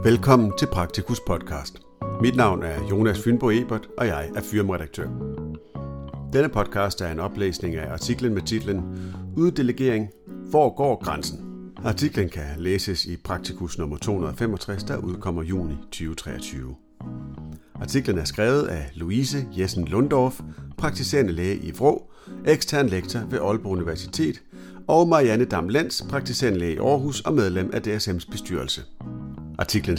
Velkommen til Praktikus podcast. Mit navn er Jonas Fynbo Ebert, og jeg er firmaredaktør. Denne podcast er en oplæsning af artiklen med titlen Uddelegering. Hvor går grænsen? Artiklen kan læses i Praktikus nummer 265, der udkommer juni 2023. Artiklen er skrevet af Louise Jessen Lundorf, praktiserende læge i Vrå, ekstern lektor ved Aalborg Universitet, og Marianne Dam-Lenz, praktiserende læge i Aarhus og medlem af DSM's bestyrelse. Artiklen: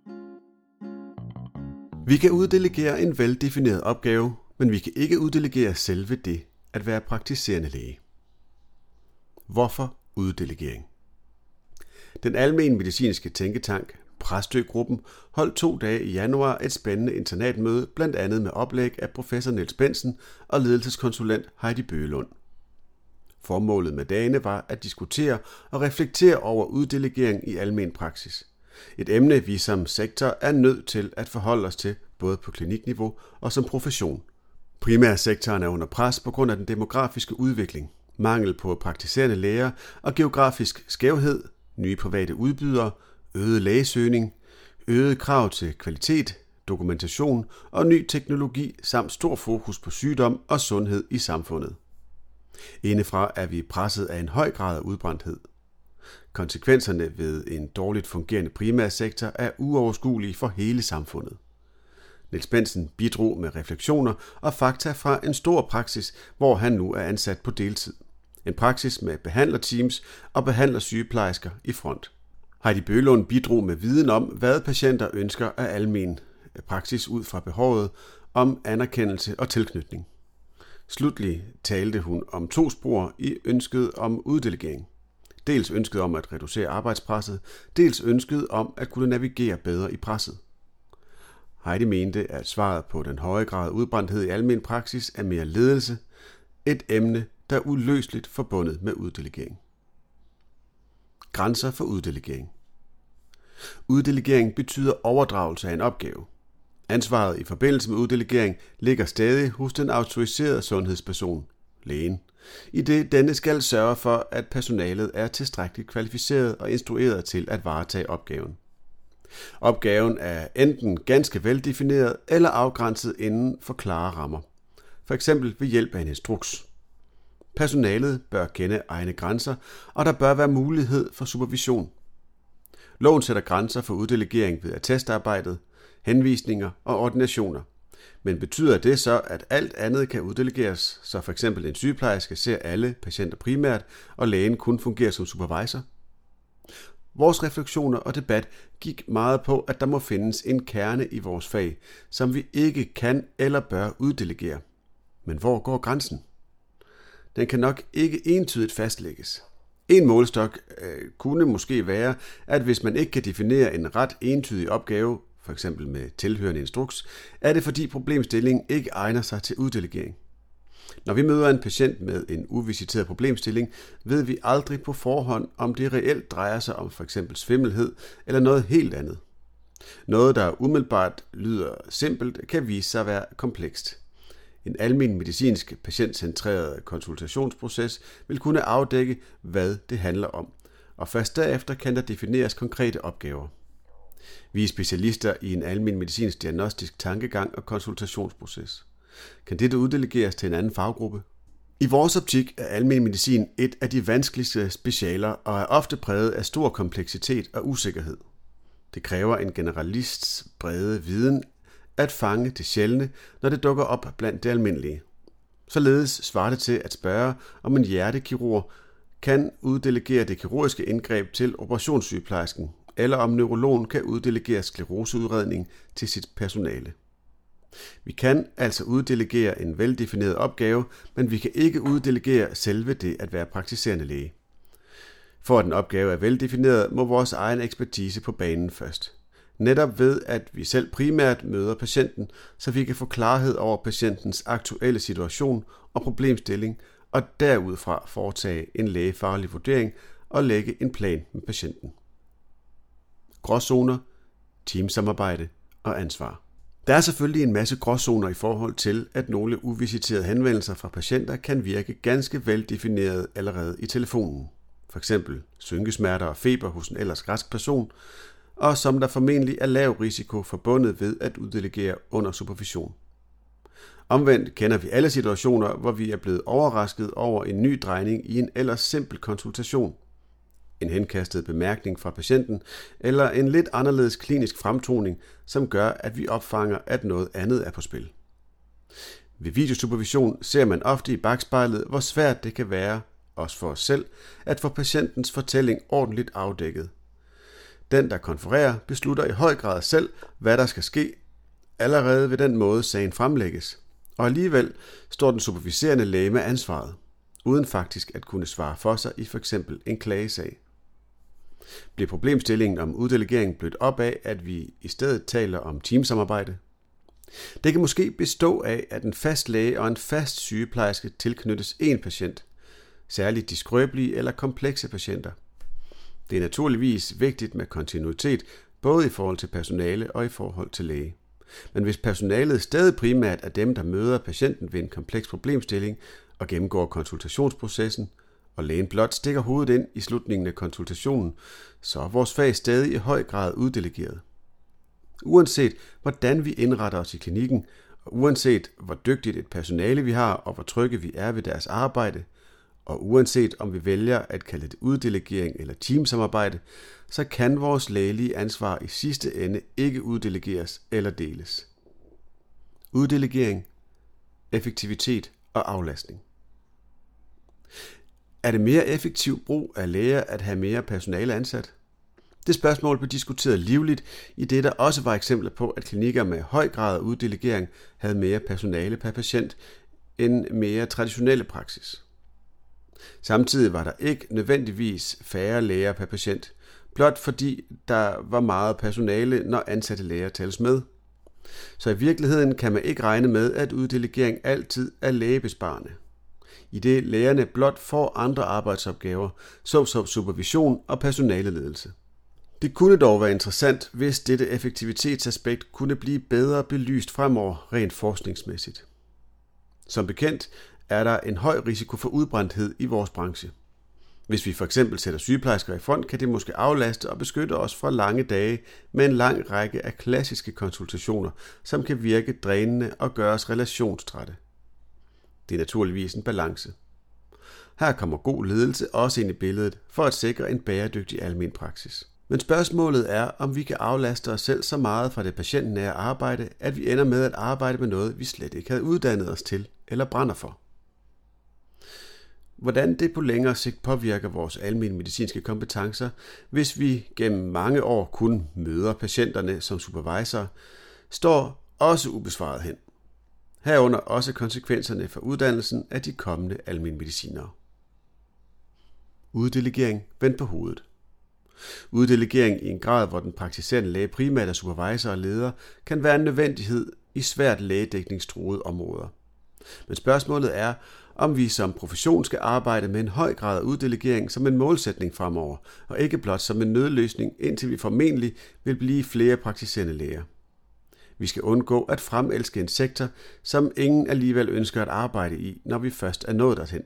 Vi kan uddelegere en veldefineret opgave, men vi kan ikke uddelegere selve det at være praktiserende læge. Hvorfor uddelegering? Den almen medicinske tænketank, Præstø-gruppen, holdt 2 dage i januar et spændende internatmøde, blandt andet med oplæg af professor Niels Bentzen og ledelseskonsulent Heidi Bøgelund. Formålet med dagene var at diskutere og reflektere over uddelegering i almen praksis. Et emne, vi som sektor er nødt til at forholde os til, både på klinikniveau og som profession. Primærsektoren er under pres på grund af den demografiske udvikling, mangel på praktiserende læger og geografisk skævhed, nye private udbydere, øget lægesøgning, øget krav til kvalitet, dokumentation og ny teknologi samt stor fokus på sygdom og sundhed i samfundet. Indefra er vi presset af en høj grad af udbrændthed. Konsekvenserne ved en dårligt fungerende primærsektor er uoverskuelige for hele samfundet. Niels Bentzen bidrog med refleksioner og fakta fra en stor praksis, hvor han nu er ansat på deltid. En praksis med behandlerteams og behandlersygeplejersker i front. Heidi Bøgelund bidrog med viden om, hvad patienter ønsker af almen praksis ud fra behovet om anerkendelse og tilknytning. Slutlig talte hun om 2 spor i ønsket om uddelegering. Dels ønsket om at reducere arbejdspresset, dels ønsket om at kunne navigere bedre i presset. Heidi mente, at svaret på den høje grad af udbrændthed i almen praksis er mere ledelse, et emne, der er uløseligt forbundet med uddelegering. Grænser for uddelegering. Uddelegering betyder overdragelse af en opgave. Ansvaret i forbindelse med uddelegering ligger stadig hos den autoriserede sundhedsperson, lægen, i det denne skal sørge for, at personalet er tilstrækkeligt kvalificeret og instrueret til at varetage opgaven. Opgaven er enten ganske veldefineret eller afgrænset inden for klare rammer, f.eks. ved hjælp af en instruks. Personalet bør kende egne grænser, og der bør være mulighed for supervision. Loven sætter grænser for uddelegering ved attestarbejdet, henvisninger og ordinationer. Men betyder det så, at alt andet kan uddelegeres, så f.eks. en sygeplejerske ser alle patienter primært, og lægen kun fungerer som supervisor? Vores refleksioner og debat gik meget på, at der må findes en kerne i vores fag, som vi ikke kan eller bør uddelegere. Men hvor går grænsen? Den kan nok ikke entydigt fastlægges. En målestok kunne måske være, at hvis man ikke kan definere en ret entydig opgave, f.eks. med tilhørende instruks, er det fordi problemstillingen ikke egner sig til uddelegering. Når vi møder en patient med en uvisiteret problemstilling, ved vi aldrig på forhånd, om det reelt drejer sig om f.eks. svimmelhed eller noget helt andet. Noget, der umiddelbart lyder simpelt, kan vise sig at være komplekst. En almen medicinsk patientcentreret konsultationsproces vil kunne afdække, hvad det handler om, og først derefter kan der defineres konkrete opgaver. Vi er specialister i en almen medicinsk diagnostisk tankegang og konsultationsproces. Kan dette uddelegeres til en anden faggruppe? I vores optik er almen medicin et af de vanskeligste specialer og er ofte præget af stor kompleksitet og usikkerhed. Det kræver en generalists brede viden at fange det sjældne, når det dukker op blandt det almindelige. Således svarer det til at spørge, om en hjertekirurg kan uddelegere det kirurgiske indgreb til operationssygeplejersken, eller om neurologen kan uddelegere skleroseudredning til sit personale. Vi kan altså uddelegere en veldefineret opgave, men vi kan ikke uddelegere selve det at være praktiserende læge. For at en opgave er veldefineret, må vores egen ekspertise på banen først. Netop ved, at vi selv primært møder patienten, så vi kan få klarhed over patientens aktuelle situation og problemstilling, og derudfra foretage en lægefaglig vurdering og lægge en plan med patienten. Gråzoner, teamsamarbejde og ansvar. Der er selvfølgelig en masse gråzoner i forhold til, at nogle uvisiterede henvendelser fra patienter kan virke ganske veldefineret allerede i telefonen. For eksempel synkesmerter og feber hos en ellers rask person, og som der formentlig er lav risiko forbundet ved at uddelegere under supervision. Omvendt kender vi alle situationer, hvor vi er blevet overrasket over en ny drejning i en ellers simpel konsultation. En henkastet bemærkning fra patienten eller en lidt anderledes klinisk fremtoning, som gør, at vi opfanger, at noget andet er på spil. Ved videosupervision ser man ofte i bagspejlet, hvor svært det kan være, også for os selv, at få patientens fortælling ordentligt afdækket. Den, der konfererer, beslutter i høj grad selv, hvad der skal ske, allerede ved den måde sagen fremlægges. Og alligevel står den superviserende læge med ansvaret, uden faktisk at kunne svare for sig i f.eks. en klagesag. Bliver problemstillingen om uddelegering blødt op af, at vi i stedet taler om teamsamarbejde? Det kan måske bestå af, at en fast læge og en fast sygeplejerske tilknyttes én patient, særligt de skrøbelige eller komplekse patienter. Det er naturligvis vigtigt med kontinuitet, både i forhold til personale og i forhold til læge. Men hvis personalet stadig primært er dem, der møder patienten ved en kompleks problemstilling og gennemgår konsultationsprocessen, og lægen blot stikker hovedet ind i slutningen af konsultationen, så er vores fag stadig i høj grad uddelegeret. Uanset hvordan vi indretter os i klinikken, og uanset hvor dygtigt et personale vi har, og hvor trygge vi er ved deres arbejde, og uanset om vi vælger at kalde det uddelegering eller teamsamarbejde, så kan vores lægelige ansvar i sidste ende ikke uddelegeres eller deles. Uddelegering, effektivitet og aflastning. Er det mere effektiv brug af læger at have mere personale ansat? Det spørgsmål blev diskuteret livligt, i det der også var eksempler på, at klinikker med høj grad af uddelegering havde mere personale per patient end mere traditionelle praksis. Samtidig var der ikke nødvendigvis færre læger per patient, blot fordi der var meget personale, når ansatte læger tælles med. Så i virkeligheden kan man ikke regne med, at uddelegering altid er lægebesparende, i det lægerne blot får andre arbejdsopgaver, såsom supervision og personaleledelse. Det kunne dog være interessant, hvis dette effektivitetsaspekt kunne blive bedre belyst fremover rent forskningsmæssigt. Som bekendt er der en høj risiko for udbrændthed i vores branche. Hvis vi for eksempel sætter sygeplejersker i front, kan det måske aflaste og beskytte os fra lange dage med en lang række af klassiske konsultationer, som kan virke drænende og gøre os relationstrætte. Det er naturligvis en balance. Her kommer god ledelse også ind i billedet for at sikre en bæredygtig almen praksis. Men spørgsmålet er, om vi kan aflaste os selv så meget fra det patientnære arbejde, at vi ender med at arbejde med noget, vi slet ikke havde uddannet os til eller brænder for. Hvordan det på længere sigt påvirker vores almenmedicinske kompetencer, hvis vi gennem mange år kun møder patienterne som supervisor, står også ubesvaret hen. Herunder også konsekvenserne for uddannelsen af de kommende almenmedicinere. Uddelegering vendt på hovedet. Uddelegering i en grad, hvor den praktiserende læge primært er supervisor og leder, kan være en nødvendighed i svært lægedækningstruede områder. Men spørgsmålet er, om vi som profession skal arbejde med en høj grad af uddelegering som en målsætning fremover, og ikke blot som en nødløsning, indtil vi formentlig vil blive flere praktiserende læger. Vi skal undgå at fremelske en sektor, som ingen alligevel ønsker at arbejde i, når vi først er nået derhen.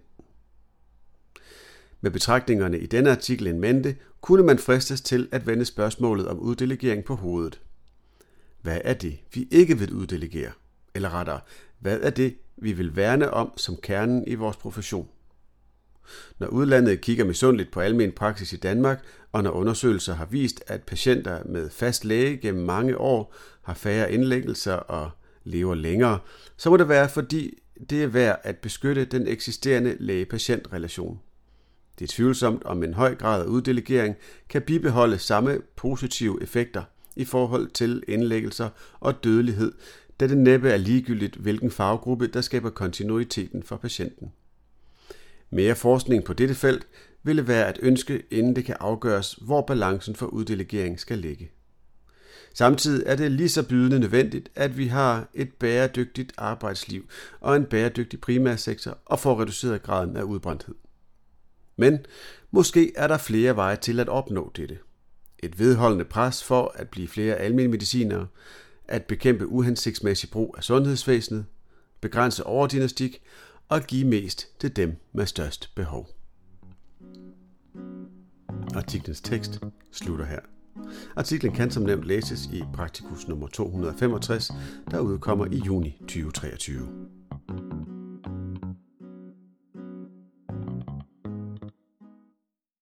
Med betragtningerne i denne artikel in mente, kunne man fristes til at vende spørgsmålet om uddelegering på hovedet. Hvad er det, vi ikke vil uddelegere? Eller rettere, hvad er det, vi vil værne om som kernen i vores profession? Når udlandet kigger misundeligt på almen praksis i Danmark, og når undersøgelser har vist, at patienter med fast læge gennem mange år har færre indlæggelser og lever længere, så må det være, fordi det er værd at beskytte den eksisterende læge-patient-relation. Det er tvivlsomt, om en høj grad af uddelegering kan bibeholde samme positive effekter i forhold til indlæggelser og dødelighed, da det næppe er ligegyldigt, hvilken faggruppe, der skaber kontinuiteten for patienten. Mere forskning på dette felt ville være at ønske, inden det kan afgøres, hvor balancen for uddelegering skal ligge. Samtidig er det lige så bydende nødvendigt, at vi har et bæredygtigt arbejdsliv og en bæredygtig primærsektor og får reduceret graden af udbrændthed. Men måske er der flere veje til at opnå dette. Et vedholdende pres for at blive flere almenmedicinere, at bekæmpe uhensigtsmæssig brug af sundhedsvæsenet, begrænse overdiagnostik og give mest til dem med størst behov. Artiklens tekst slutter her. Artiklen kan som nævnt læses i Praktikus nummer 265, der udkommer i juni 2023.